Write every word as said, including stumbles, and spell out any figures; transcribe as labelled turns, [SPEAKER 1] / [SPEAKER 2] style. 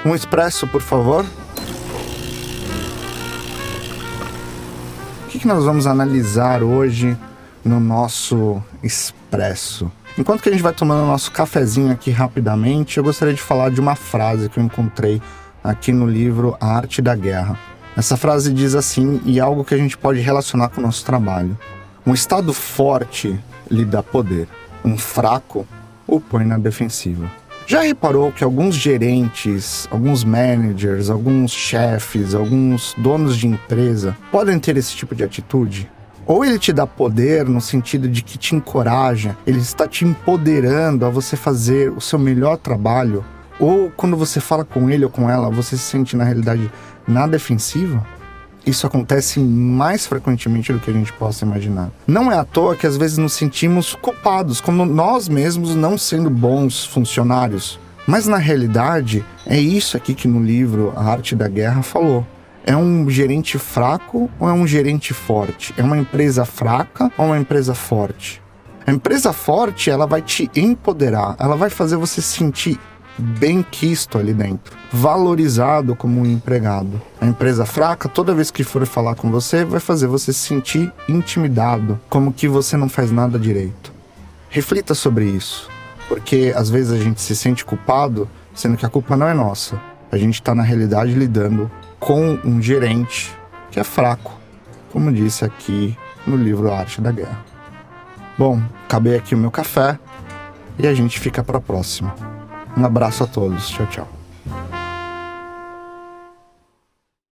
[SPEAKER 1] Um expresso, por favor. O que que nós vamos analisar hoje no nosso expresso? Enquanto que a gente vai tomando o nosso cafezinho aqui rapidamente, eu gostaria de falar de uma frase que eu encontrei aqui no livro A Arte da Guerra. Essa frase diz assim, e é algo que a gente pode relacionar com o nosso trabalho: um estado forte lhe dá poder, um fraco o põe na defensiva. Já reparou que alguns gerentes, alguns managers, alguns chefes, alguns donos de empresa podem ter esse tipo de atitude? Ou ele te dá poder no sentido de que te encoraja, ele está te empoderando a você fazer o seu melhor trabalho, ou quando você fala com ele ou com ela, você se sente na realidade na defensiva? Isso acontece mais frequentemente do que a gente possa imaginar. Não é à toa que às vezes nos sentimos culpados, como nós mesmos não sendo bons funcionários. Mas na realidade, é isso aqui que no livro A Arte da Guerra falou. É um gerente fraco ou é um gerente forte? É uma empresa fraca ou uma empresa forte? A empresa forte, ela vai te empoderar, ela vai fazer você se sentir bem quisto ali dentro, valorizado como um empregado. A empresa fraca, toda vez que for falar com você, vai fazer você se sentir intimidado, como que você não faz nada direito. Reflita sobre isso, porque às vezes a gente se sente culpado, sendo que a culpa não é nossa. A gente está na realidade lidando com um gerente que é fraco, como disse aqui no livro A Arte da Guerra. Bom, acabei aqui o meu café e a gente fica para a próxima. Um abraço a todos. Tchau, tchau.